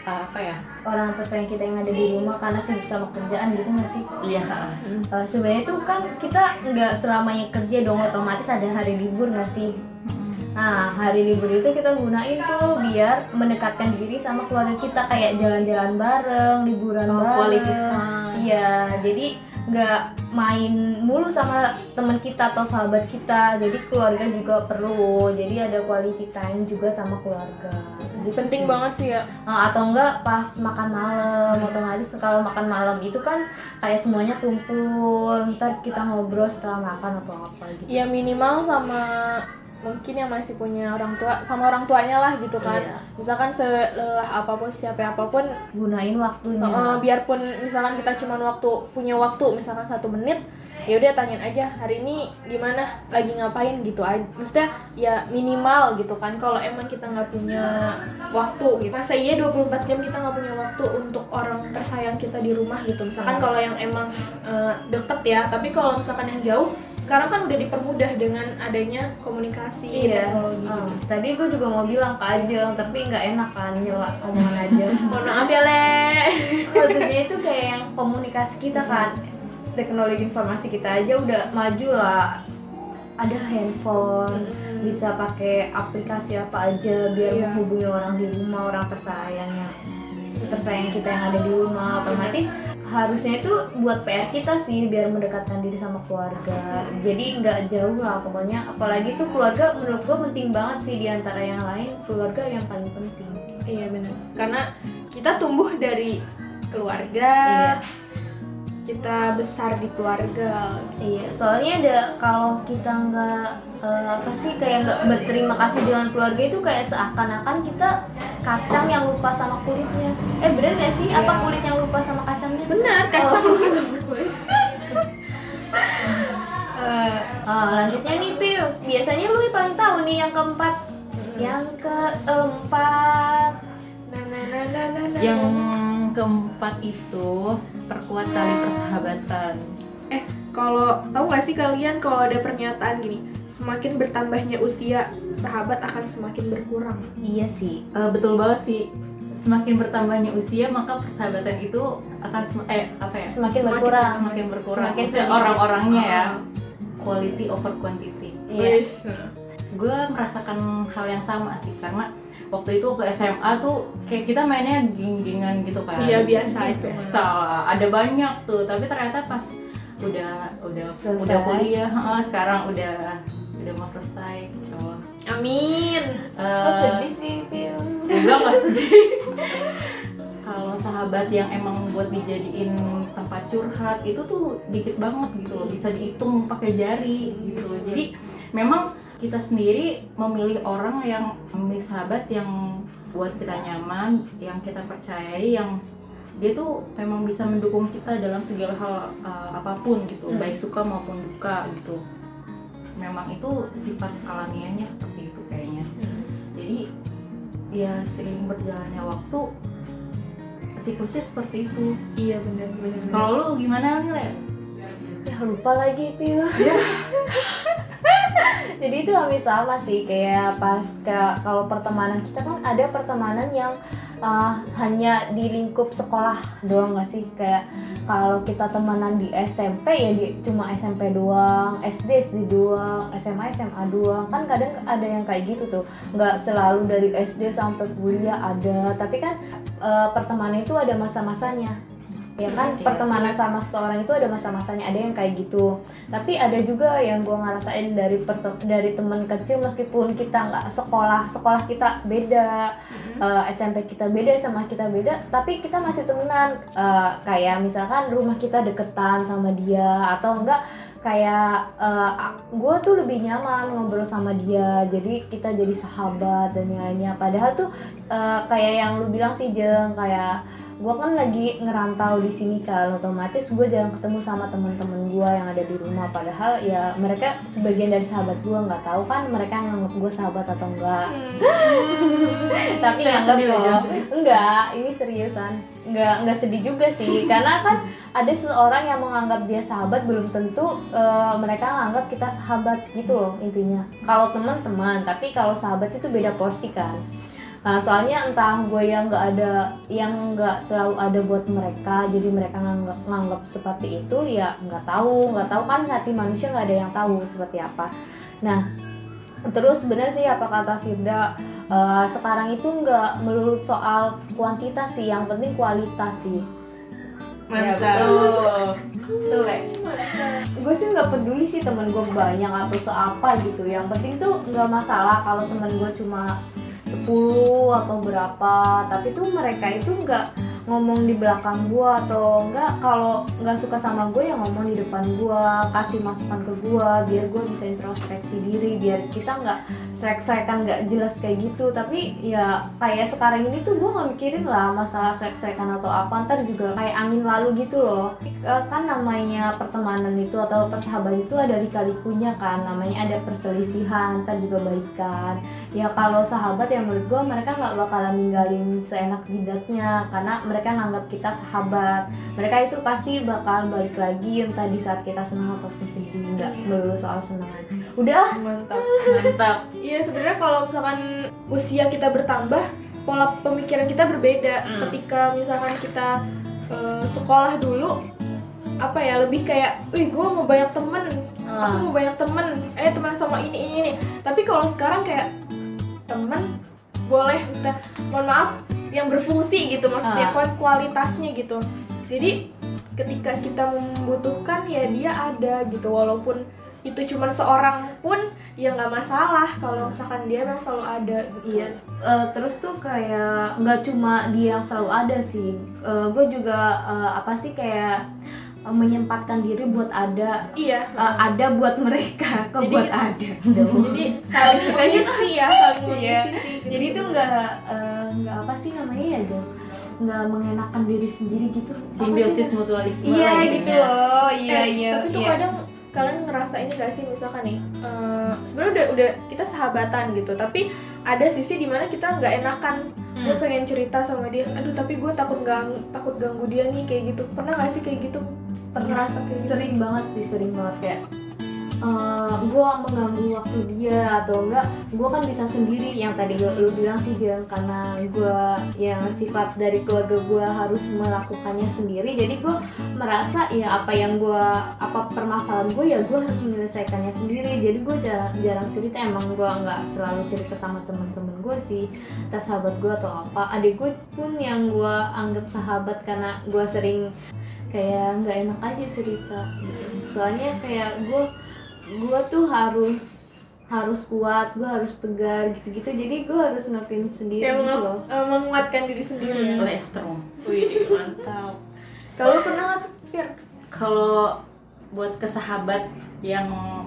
S3: apa ya?
S2: orang tersayang kita yang ada di rumah karena sibuk sama kerjaan gitu nggak sih?
S3: Iya.
S2: Sebenarnya tuh kan kita nggak selamanya kerja dong, otomatis ada hari libur nggak sih? Nah, hari libur itu kita gunain tuh biar mendekatkan diri sama keluarga kita, kayak jalan-jalan bareng, liburan bareng.
S3: Quality time.
S2: Iya, jadi nggak main mulu sama teman kita atau sahabat kita, jadi keluarga juga perlu, jadi ada quality time juga sama keluarga. Gitu
S1: Penting
S2: sih.
S1: banget sih ya.
S2: Atau enggak pas makan malam, otomatis kalau makan malam itu kan kayak semuanya kumpul, ntar kita ngobrol setelah makan atau apa gitu.
S1: Ya minimal sama mungkin yang masih punya orang tua, sama orang tuanya lah gitu kan.
S2: Iya.
S1: Misalkan selelah apapun, siapa apapun,
S2: Gunain waktunya.
S1: biarpun misalkan kita cuma punya waktu misalkan 1 menit, ya udah tanyain aja hari ini gimana, lagi ngapain gitu aja. Maksudnya ya minimal gitu kan. Kalau emang kita nggak punya waktu gitu, masa iya 24 jam kita nggak punya waktu untuk orang tersayang kita di rumah gitu. Misalkan kalau yang emang deket ya, tapi kalau misalkan yang jauh, sekarang kan udah dipermudah dengan adanya komunikasi,
S2: Iya.
S1: teknologi gitu.
S2: Tadi gue juga mau bilang ke Ajeng, tapi nggak enak kan nyela omongan Ajeng.
S1: Mohon maaf ya Le.
S2: Maksudnya itu kayak yang komunikasi kita kan, teknologi informasi kita aja udah maju lah. Ada handphone, bisa pakai aplikasi apa aja biar
S1: Iya.
S2: menghubungi orang di rumah, orang tersayang kita yang ada di rumah. Otomatis harusnya itu buat PR kita sih, biar mendekatkan diri sama keluarga. Jadi nggak jauh lah pokoknya. Apalagi tuh keluarga menurut gue penting banget sih, di antara yang lain keluarga yang paling penting.
S1: Iya benar. Karena kita tumbuh dari keluarga.
S2: Iya.
S1: Kita besar di keluarga.
S2: Iya, soalnya ada kalau kita nggak kayak nggak berterima kasih dengan keluarga itu kayak seakan-akan kita kacang yang lupa sama kulitnya. Bener nggak sih?
S1: Iya.
S2: Apa kulit yang lupa sama kacangnya?
S1: Benar, kacang lupa sama kulit.
S2: Lanjutnya nih Pil, biasanya lu paling tahu nih yang keempat. Yang keempat.
S3: Yang keempat itu perkuat tali persahabatan.
S1: Kalau tahu nggak sih kalian kalau ada pernyataan gini, semakin bertambahnya usia, sahabat akan semakin berkurang.
S2: Iya sih.
S3: Betul banget sih. Semakin bertambahnya usia maka persahabatan itu akan
S2: Semakin berkurang.
S3: semakin berkurang.
S2: Semakin
S3: Maksudnya
S2: sedikit.
S3: orang-orangnya ya. Quality over quantity.
S2: Iya.
S3: Gue merasakan hal yang sama sih, karena waktu itu waktu SMA tuh kayak kita mainnya geng-gengan gitu kan.
S1: Iya biasa itu.
S3: Biasa, ada banyak tuh, tapi ternyata pas udah
S2: Selesai.
S3: kuliah, sekarang udah mau selesai gitu.
S1: Amin.
S2: Sedih sih Pil.
S3: Enggak, nggak sedih. Kalau sahabat yang emang buat dijadiin tempat curhat itu tuh dikit banget gitu loh, bisa dihitung pakai jari gitu. Jadi memang kita sendiri memilih orang yang memilih sahabat yang buat kita nyaman, yang kita percayai, yang dia tuh memang bisa mendukung kita dalam segala hal apapun gitu, baik suka maupun duka gitu. Memang itu sifat alamiahnya seperti itu kayaknya. Jadi ya seiring berjalannya waktu siklusnya seperti itu.
S1: Iya benar.
S3: Kalau lu gimana nih, Le?
S2: Ya lupa lagi Pil. Jadi itu hampir sama sih kayak pas kalau pertemanan kita kan ada pertemanan yang hanya di lingkup sekolah doang nggak sih, kayak kalau kita temenan di SMP ya cuma SMP doang, SD doang, SMA doang, kan kadang ada yang kayak gitu tuh, nggak selalu dari SD sampai kuliah ada, tapi kan pertemanan itu ada masa-masanya. Ya kan, pertemanan sama seseorang itu ada masa-masanya, ada yang kayak gitu. Tapi ada juga yang gue ngerasain dari teman kecil, meskipun kita nggak sekolah kita beda, SMP kita beda, sama kita beda, tapi kita masih temenan. Kayak misalkan rumah kita deketan sama dia, atau enggak kayak gue tuh lebih nyaman ngobrol sama dia, jadi kita jadi sahabat dan lainnya. Padahal tuh kayak yang lu bilang sih Jeng, kayak gue kan lagi ngerantau di sini kan, otomatis gue jarang ketemu sama teman-teman gue yang ada di rumah. Padahal ya mereka sebagian dari sahabat gue, nggak tahu kan mereka nganggap gue sahabat atau enggak. Tapi nganggap kok. Enggak, ini seriusan. Enggak sedih juga sih, karena kan ada seseorang yang menganggap dia sahabat, belum tentu mereka nganggap kita sahabat gitu loh intinya. Kalau teman-teman, tapi kalau sahabat itu beda porsi kan. Soalnya entah gue yang nggak selalu ada buat mereka, jadi mereka nganggap seperti itu, ya nggak tahu kan, hati manusia nggak ada yang tahu seperti apa. Nah, terus benar sih apa kata Firda, sekarang itu nggak melulu soal kuantitas sih, yang penting kualitas sih.
S1: Mantap.
S3: Tuh, Le.
S2: Gue sih nggak peduli sih temen gue banyak atau seapa gitu, yang penting tuh nggak masalah kalau temen gue cuma 10 atau berapa, tapi tuh mereka itu nggak ngomong di belakang gue, atau enggak kalau nggak suka sama gue ya ngomong di depan gue, kasih masukan ke gue biar gue bisa introspeksi diri, biar kita nggak srek-srekan nggak jelas kayak gitu. Tapi ya kayak sekarang ini tuh gue nggak mikirin lah masalah srek-srekan atau apa, ntar juga kayak angin lalu gitu loh. Kan namanya pertemanan itu atau persahabatan itu ada lika-likunya kan, namanya ada perselisihan, ntar juga baikan. Ya kalau sahabat ya menurut gue mereka nggak bakalan ninggalin seenak jidatnya, karena mereka nganggap kita sahabat. Mereka itu pasti bakal balik lagi entah di saat kita senang ataupun sedih, nggak melulu soal senangan. Udah.
S3: Mantap.
S1: Iya, sebenarnya kalau misalkan usia kita bertambah, pola pemikiran kita berbeda. Ketika misalkan kita sekolah dulu, apa ya, lebih kayak, wih gue mau banyak temen, aku mau banyak temen, teman sama ini. Tapi kalau sekarang kayak temen boleh, misalnya, mohon maaf, yang berfungsi gitu, maksudnya kualitasnya gitu. Jadi ketika kita membutuhkan ya dia ada gitu, walaupun itu cuma seorang pun ya nggak masalah kalau misalkan dia memang selalu ada gitu.
S2: Iya, terus tuh kayak nggak cuma dia yang selalu ada sih, gue juga kayak menyempatkan diri buat ada.
S1: Iya,
S2: ada buat mereka, kok
S1: jadi,
S2: buat ada.
S1: Jadi saling mengisi ya, saling mengisi
S2: Iya.
S1: sih. Gitu.
S2: Jadi tuh nggak apa sih namanya ya, Jo? Nggak mengenakan diri sendiri gitu.
S3: Simbiosis mutualisme.
S2: Iya
S3: lah
S2: gitu
S3: intinya.
S2: loh. Iya.
S1: Tapi tuh kadang kalian ngerasa ini gak sih, misalkan nih, sebenarnya udah kita sahabatan gitu, tapi ada sisi dimana kita nggak enakan. Gue pengen cerita sama dia, aduh tapi gue takut ganggu dia nih, kayak gitu. Pernah gak sih kayak gitu? Pernah ngerasa kayak gitu?
S2: Sering banget kayak gue mengganggu waktu dia, atau enggak gue kan bisa sendiri, yang tadi lu bilang sih dia karena gue yang sifat dari keluarga gue harus melakukannya sendiri, jadi gue merasa ya apa permasalahan gue ya gue harus menyelesaikannya sendiri. Jadi gue jarang cerita, emang gue nggak selalu cerita sama temen-temen gue sih, entah sahabat gue atau apa. Adik gue pun yang gue anggap sahabat karena gue sering kayak nggak enak aja cerita gitu. Soalnya kayak gue tuh harus kuat, gue harus tegar gitu-gitu, jadi gue harus ngapain sendiri
S1: ya,
S2: gitu loh.
S1: Menguatkan diri sendiri.
S3: Play strong.
S1: Wih, mantap. Kalau pernah nggak, Fir?
S3: Kalau buat ke sahabat yang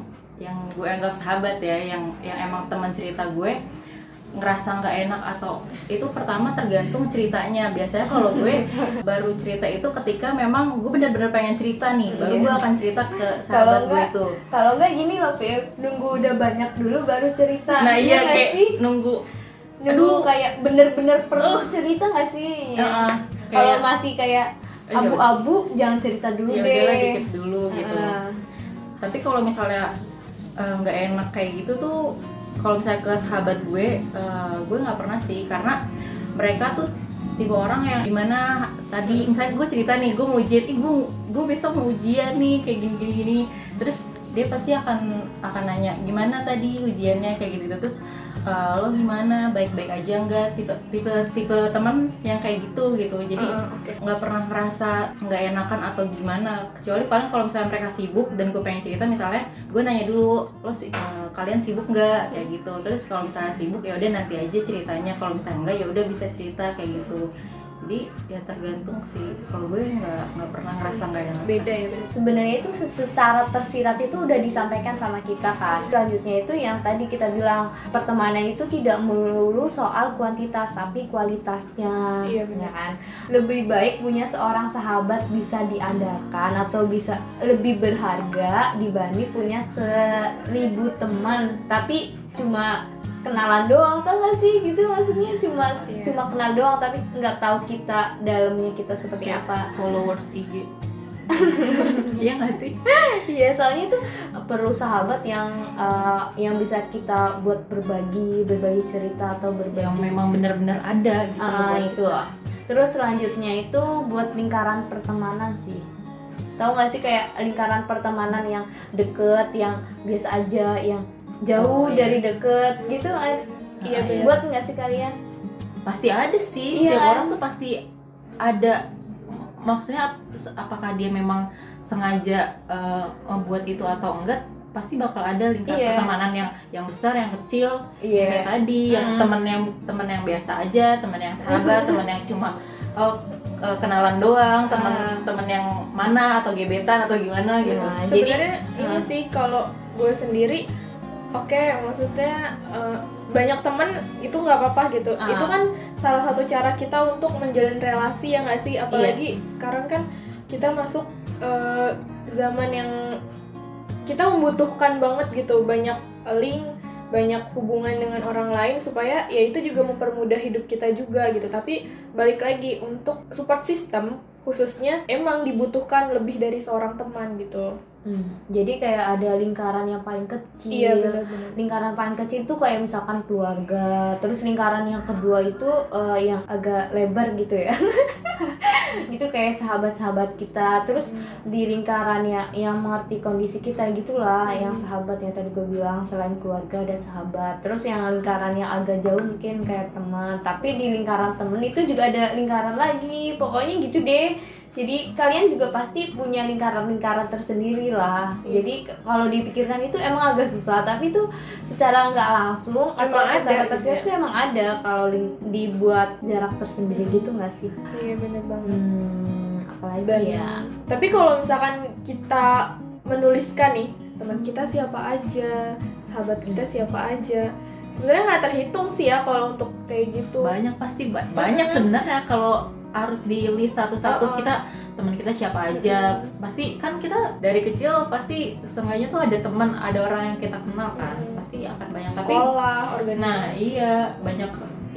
S3: gue anggap sahabat ya, yang emang teman cerita gue, ngerasa nggak enak atau itu pertama tergantung ceritanya. Biasanya kalau gue baru cerita itu ketika memang gue benar-benar pengen cerita nih, baru gue akan cerita ke sahabat gue itu.
S2: Kalau nggak gini loh, Pip, nunggu udah banyak dulu baru cerita.
S3: Nah iya
S2: nggak
S3: kayak
S2: sih?
S3: nunggu
S2: Kayak bener-bener perlu cerita nggak sih? Kalau masih kayak abu-abu, jangan cerita dulu
S3: ya
S2: deh.
S3: udahlah dikit dulu gitu. Tapi kalau misalnya nggak enak kayak gitu tuh, kalau misalnya ke sahabat gue nggak pernah sih, karena mereka tuh tipe orang yang dimana tadi misalnya gue cerita nih, gue mau ujian, gue besok mau ujian nih kayak gini, terus dia pasti akan nanya gimana tadi ujiannya kayak gitu, terus lo gimana, baik-baik aja nggak, tipe teman yang kayak gitu, jadi nggak pernah ngerasa nggak enakan atau gimana, kecuali paling kalau misalnya mereka sibuk dan gue pengen cerita, misalnya gue nanya dulu, kalian sibuk nggak kayak gitu, terus kalau misalnya sibuk ya udah nanti aja ceritanya, kalau misalnya enggak ya udah bisa cerita kayak gitu. Jadi ya tergantung sih, kalau gue nggak pernah ngerasa nggak enak.
S1: Beda ya.
S2: Sebenarnya itu secara tersirat itu udah disampaikan sama kita kan. Selanjutnya itu yang tadi kita bilang, pertemanan itu tidak melulu soal kuantitas tapi kualitasnya.
S1: Iya benar.
S2: Ya kan? Lebih baik punya seorang sahabat bisa diandalkan atau bisa lebih berharga dibanding punya 1000 teman tapi cuma kenalan doang, tau gak sih gitu, maksudnya cuma kenal doang tapi nggak tahu kita dalamnya kita seperti apa.
S3: Followers IG. Iya nggak sih?
S2: Iya, soalnya itu perlu sahabat yang bisa kita buat berbagi cerita atau berbagi
S3: Yang memang benar-benar ada gitu loh buat
S2: itu loh. Terus selanjutnya itu buat lingkaran pertemanan sih. Tahu nggak sih kayak lingkaran pertemanan yang deket, yang biasa aja, yang jauh dari deket gitu.
S1: Iya, bener.
S2: Buat nggak sih kalian?
S3: Pasti ada sih,
S2: Iya.
S3: setiap orang tuh pasti ada. Maksudnya apakah dia memang sengaja membuat itu atau enggak, pasti bakal ada lingkaran
S2: Iya.
S3: pertemanan yang besar, yang kecil,
S2: Iya.
S3: kayak tadi, yang teman yang biasa aja, teman yang sahabat, teman yang cuma kenalan doang, teman yang mana atau gebetan atau gimana gitu.
S2: Nah,
S1: Sebenarnya ini sih kalau gue sendiri, oke, maksudnya banyak temen itu nggak apa-apa gitu. Itu kan salah satu cara kita untuk menjalin relasi, ya nggak sih? Apalagi sekarang kan kita masuk zaman yang kita membutuhkan banget gitu, banyak link, banyak hubungan dengan orang lain, supaya ya itu juga mempermudah hidup kita juga gitu. Tapi balik lagi, untuk support system khususnya emang dibutuhkan lebih dari seorang teman gitu.
S2: Jadi kayak ada lingkaran yang paling kecil.
S1: Iya, benar-benar.
S2: Lingkaran paling kecil itu kayak misalkan keluarga. Terus lingkaran yang kedua itu yang agak lebar gitu ya. Gitu kayak sahabat-sahabat kita. Terus di lingkaran yang mengerti kondisi kita gitulah, yang sahabat yang tadi gue bilang, selain keluarga ada sahabat. Terus yang lingkaran yang agak jauh mungkin kayak teman. Tapi di lingkaran temen itu juga ada lingkaran lagi. Pokoknya gitu deh. Jadi kalian juga pasti punya lingkaran-lingkaran tersendiri lah. Jadi kalau dipikirkan itu emang agak susah, tapi itu secara nggak langsung atau
S1: Emang
S2: secara
S1: ada,
S2: tersirat
S1: gitu ya?
S2: itu emang ada kalau dibuat jarak tersendiri gitu nggak sih?
S1: Iya, benar banget.
S2: Apalagi
S1: Dan
S2: ya.
S1: tapi kalau misalkan kita menuliskan nih, teman kita siapa aja, sahabat kita siapa aja, sebenarnya nggak terhitung sih ya kalau untuk kayak gitu.
S3: Banyak pasti banyak sebenarnya. Kalau harus di list satu-satu kita teman kita siapa aja, pasti kan kita dari kecil pasti seenggaknya tuh ada teman, ada orang yang kita kenal kan, pasti akan banyak.
S1: Sekolah, organisasi.
S3: Nah banyak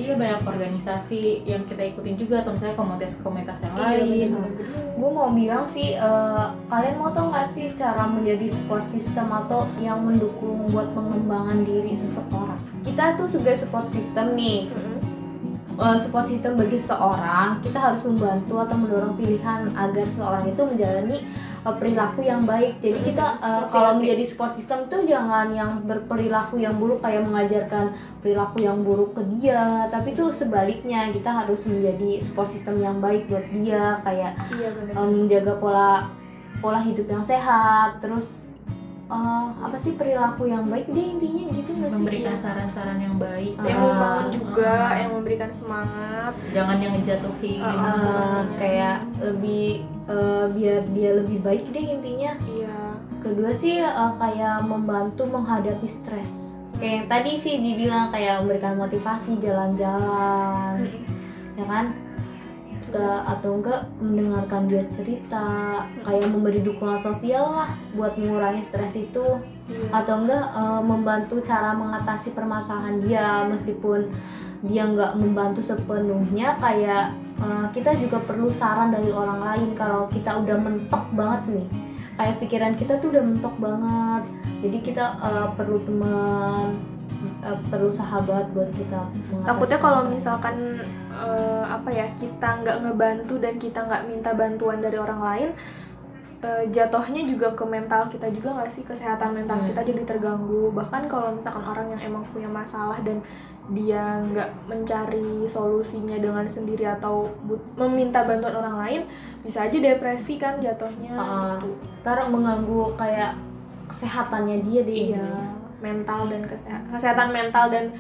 S3: organisasi yang kita ikutin juga, atau misalnya komunitas yang lain.
S2: Gue mau bilang sih, kalian mau tau nggak sih cara menjadi support system atau yang mendukung buat pengembangan diri seseorang? Kita tuh sebagai support system nih. Support system bagi seseorang, kita harus membantu atau mendorong pilihan agar seseorang itu menjalani perilaku yang baik. Jadi kita kalau menjadi support system tuh jangan yang berperilaku yang buruk, kayak mengajarkan perilaku yang buruk ke dia, tapi tuh sebaliknya, kita harus menjadi support system yang baik buat dia, kayak menjaga pola hidup yang sehat, terus apa sih perilaku yang baik deh intinya gitu nggak sih?
S3: Memberikan saran-saran yang baik,
S1: yang membangun juga, yang memberikan semangat,
S3: jangan yang ngejatuhin.
S2: Kayak lebih biar dia lebih baik deh intinya.
S1: Iya.
S2: Kedua sih kayak membantu menghadapi stres. Kayak yang tadi sih dibilang kayak memberikan motivasi jalan-jalan, ya kan? Atau enggak mendengarkan dia cerita, kayak memberi dukungan sosial lah buat mengurangi stres itu. Atau enggak membantu cara mengatasi permasalahan dia, meskipun dia nggak membantu sepenuhnya, kayak kita juga perlu saran dari orang lain kalau kita udah mentok banget nih, kayak pikiran kita tuh udah mentok banget, jadi kita perlu teman, perlu sahabat buat kita mengatasi.
S1: Takutnya kalau misalkan kita nggak ngebantu dan kita nggak minta bantuan dari orang lain, jatuhnya juga ke mental kita juga nggak sih, kesehatan mental kita jadi terganggu. Bahkan kalau misalkan orang yang emang punya masalah dan dia nggak mencari solusinya dengan sendiri atau meminta bantuan orang lain, bisa aja depresi kan jatuhnya. Gitu.
S2: Ntar mengganggu kayak kesehatannya dia deh.
S1: Iya, mental dan kesehatan mental dan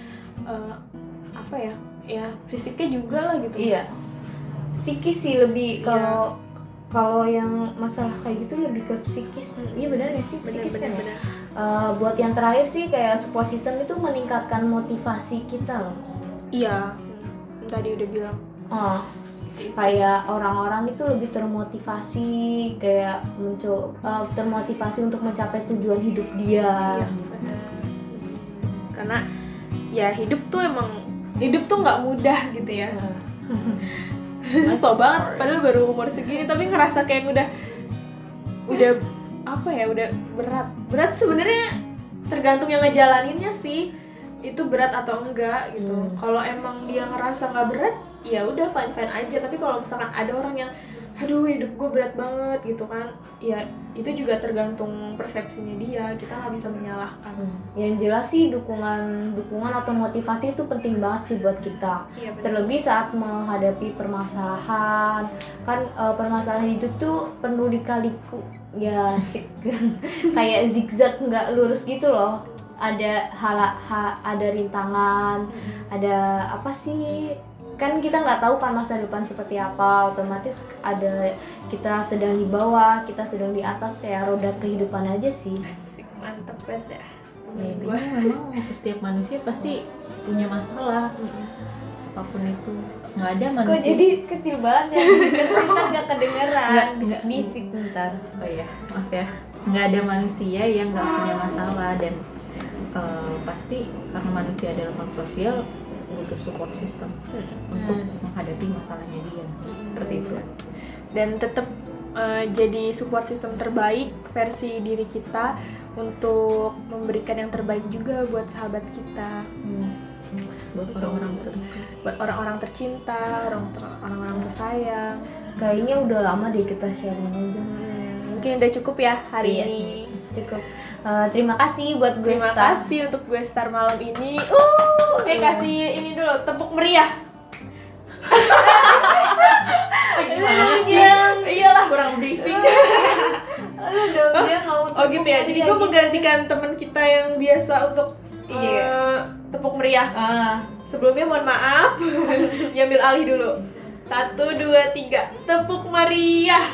S1: ya fisiknya juga lah gitu.
S2: Iya, psikis sih lebih kalau yang masalah kayak gitu lebih ke psikis. Iya benar nggak sih, psikis kan ya. Buat yang terakhir sih kayak support system itu meningkatkan motivasi kita loh.
S1: Iya, tadi udah bilang.
S2: Kayak orang-orang itu lebih termotivasi, kayak termotivasi untuk mencapai tujuan hidup dia.
S1: Iya, benar. Karena ya hidup tuh nggak mudah gitu ya.
S2: Iya.
S1: So banget, padahal baru umur segini tapi ngerasa kayak udah udah apa ya, udah berat sebenarnya tergantung yang ngejalaninnya sih, itu berat atau enggak gitu. Kalau emang dia ngerasa nggak berat, ya udah fine aja. Tapi kalau misalkan ada orang yang aduh hidup gue berat banget gitu kan, ya itu juga tergantung persepsinya dia, kita nggak bisa menyalahkan.
S2: Yang jelas sih dukungan atau motivasi itu penting banget sih buat kita.
S1: Iya, benar.
S2: Terlebih saat menghadapi permasalahan kan, permasalahan hidup tuh penuh lika-liku ya, kayak zigzag nggak lurus gitu loh. Ada ada rintangan, ada apa sih, kan kita nggak tahu kan masa depan seperti apa. Otomatis ada kita sedang di bawah, kita sedang di atas, kayak roda kehidupan aja sih.
S1: Asik, mantep banget ya.
S3: Ya, intinya memang setiap manusia pasti punya masalah, apapun itu. Nggak ada
S2: Kok
S3: manusia.
S2: jadi kecil banget ya, kita nggak kedengeran,
S3: Nggak.
S2: bisik bentar.
S3: Oh iya, maaf ya. Nggak ada manusia yang nggak punya masalah, dan pasti karena manusia adalah makhluk sosial, butuh support system untuk menghadapi masalahnya dia. Seperti itu.
S1: Dan tetap jadi support system terbaik versi diri kita untuk memberikan yang terbaik juga buat sahabat kita,
S3: Buat orang-orang terdekat.
S1: buat orang-orang tercinta, orang-orang tersayang.
S2: Kayaknya udah lama deh kita sharing aja.
S1: Mungkin udah cukup ya hari
S2: Iya.
S1: ini.
S2: Cukup. Terima kasih buat gue
S1: Terima
S2: Star.
S1: kasih untuk gue Star malam ini. Kasih ini dulu, tepuk meriah. Iyalah,
S3: Kurang briefing.
S2: Lu dong, dia mau
S1: oh gitu ya. Jadi gue menggantikan teman kita yang biasa untuk
S2: Iya.
S1: tepuk meriah. Sebelumnya mohon maaf, diambil alih dulu. 1, 2, 3, tepuk meriah.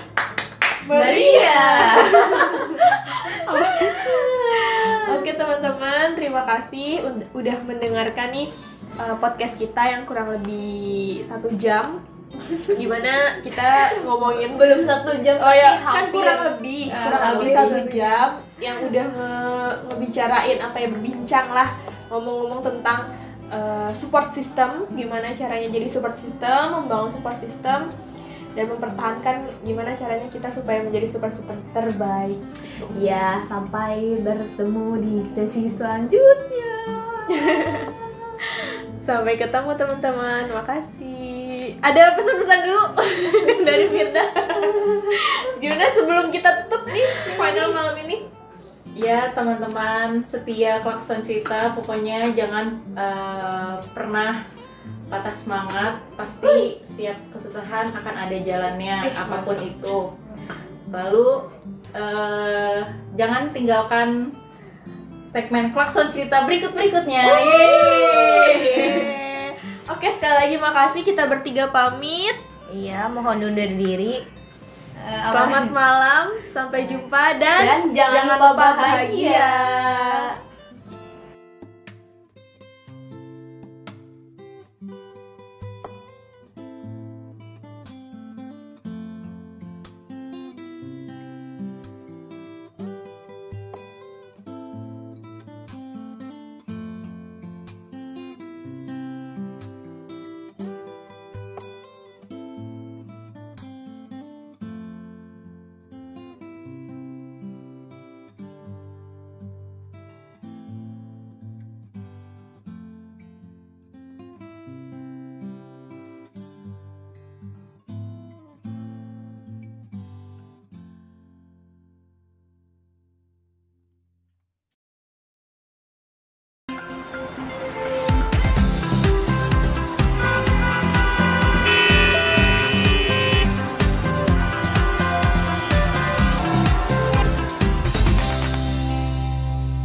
S1: Oke teman-teman, terima kasih udah mendengarkan nih podcast kita yang kurang lebih 1 jam. Gimana kita ngomongin
S2: belum 1 jam.
S1: oh ya,
S2: tapi
S1: kan
S2: hampir.
S1: kurang lebih
S2: hampir.
S1: 1 jam yang udah ngebicarain apa ya, berbincang lah, ngomong-ngomong tentang support system, gimana caranya jadi support system, membangun support system, dan mempertahankan gimana caranya kita supaya menjadi support system terbaik.
S2: Ya, sampai bertemu di sesi selanjutnya.
S1: Sampai ketemu teman-teman, makasih. Ada pesan-pesan dulu dari Firda. Gimana sebelum kita tutup nih final malam ini?
S3: Ya teman-teman setia Klakson Cerita, pokoknya jangan pernah patah semangat. Pasti setiap kesusahan akan ada jalannya, apapun itu. Lalu jangan tinggalkan segmen Klakson Cerita berikutnya.
S1: Yeay. Oke, sekali lagi makasih, kita bertiga pamit.
S2: Iya, mohon undur diri.
S1: Selamat malam, sampai jumpa dan
S2: jangan lupa bahagia.